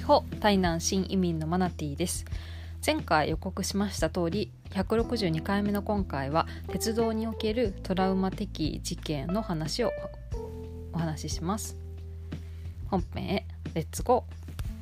ホ台南新移民のマナティです。前回予告しました通り、162回目の今回は鉄道におけるトラウマ的事件の話をお話しします。本編へレッツゴー。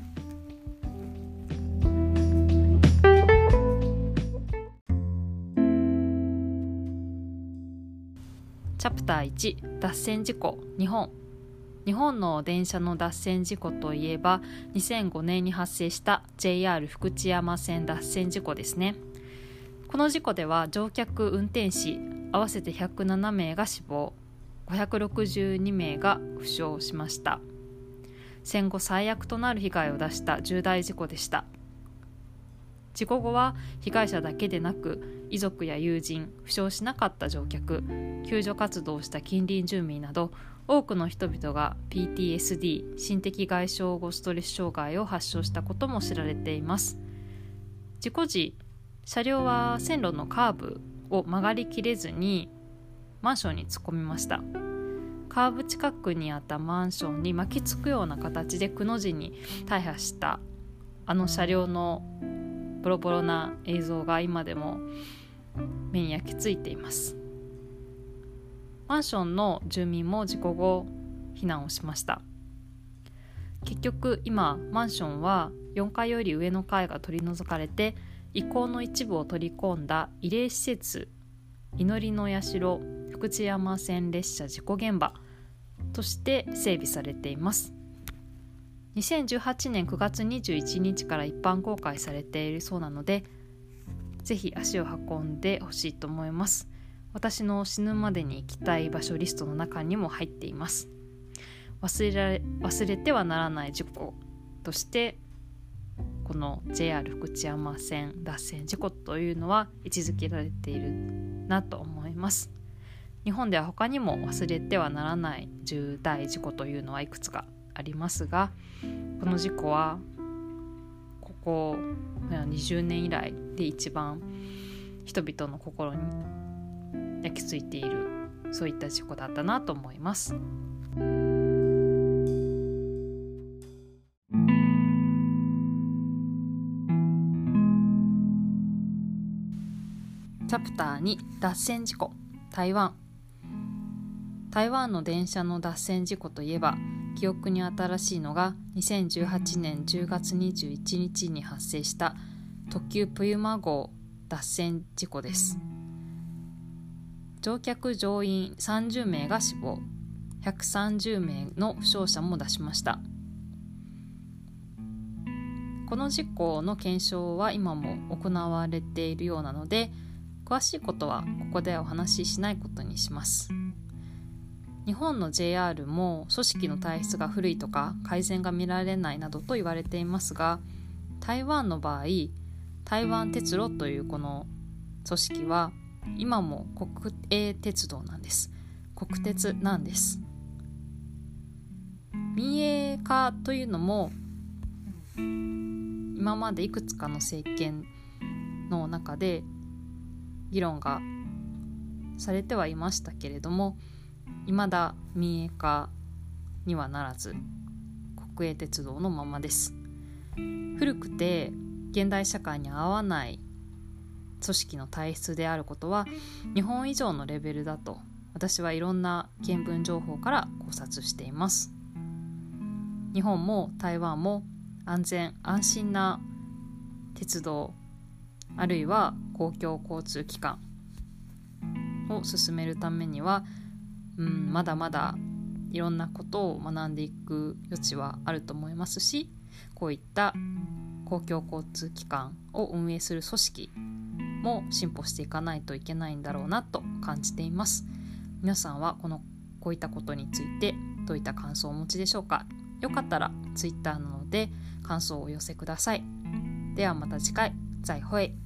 チャプター1、脱線事故。日本の電車の脱線事故といえば2005年に発生した JR 福知山線脱線事故ですね。この事故では乗客運転士合わせて107名が死亡、562名が負傷しました。戦後最悪となる被害を出した重大事故でした。事故後は被害者だけでなく遺族や友人、負傷しなかった乗客、救助活動をした近隣住民など多くの人々が PTSD 心的外傷後ストレス障害を発症したことも知られています。事故時、車両は線路のカーブを曲がりきれずにマンションに突っ込みました。カーブ近くにあったマンションに巻きつくような形でくの字に大破したあの車両のボロボロな映像が今でも目に焼き付いています。マンションの住民も事故後避難をしました。結局今マンションは4階より上の階が取り除かれて遺構の一部を取り込んだ慰霊施設、祈りの社福知山線列車事故現場として整備されています。2018年9月21日から一般公開されているそうなので、ぜひ足を運んでほしいと思います。私の死ぬまでに行きたい場所リストの中にも入っています。忘れてはならない事故としてこの JR 福知山線脱線事故というのは位置づけられているなと思います。日本では他にも忘れてはならない重大事故というのはいくつかありますが、この事故はここ20年以来で一番人々の心に焼き付いている、そういった事故だったなと思います。チャプター2、脱線事故。台湾の電車の脱線事故といえば記憶に新しいのが2018年10月21日に発生した特急プユマ号脱線事故です。乗客乗員30名が死亡、130名の負傷者も出しました。この事故の検証は今も行われているようなので、詳しいことはここではお話ししないことにします。日本の JR も組織の体質が古いとか改善が見られないなどと言われていますが、台湾の場合、台湾鉄路というこの組織は今も国営鉄道なんです。国鉄なんです。民営化というのも今までいくつかの政権の中で議論がされてはいましたけれども、未だ民営化にはならず国営鉄道のままです。古くて現代社会に合わない組織の体質であることは日本以上のレベルだと私はいろんな見聞情報から考察しています。日本も台湾も安全安心な鉄道あるいは公共交通機関を進めるためにはまだまだいろんなことを学んでいく余地はあると思いますし、こういった公共交通機関を運営する組織も進歩していかないといけないんだろうなと感じています。皆さんはこういったことについてどういった感想をお持ちでしょうか。よかったら Twitter なので感想をお寄せください。ではまた次回、再会。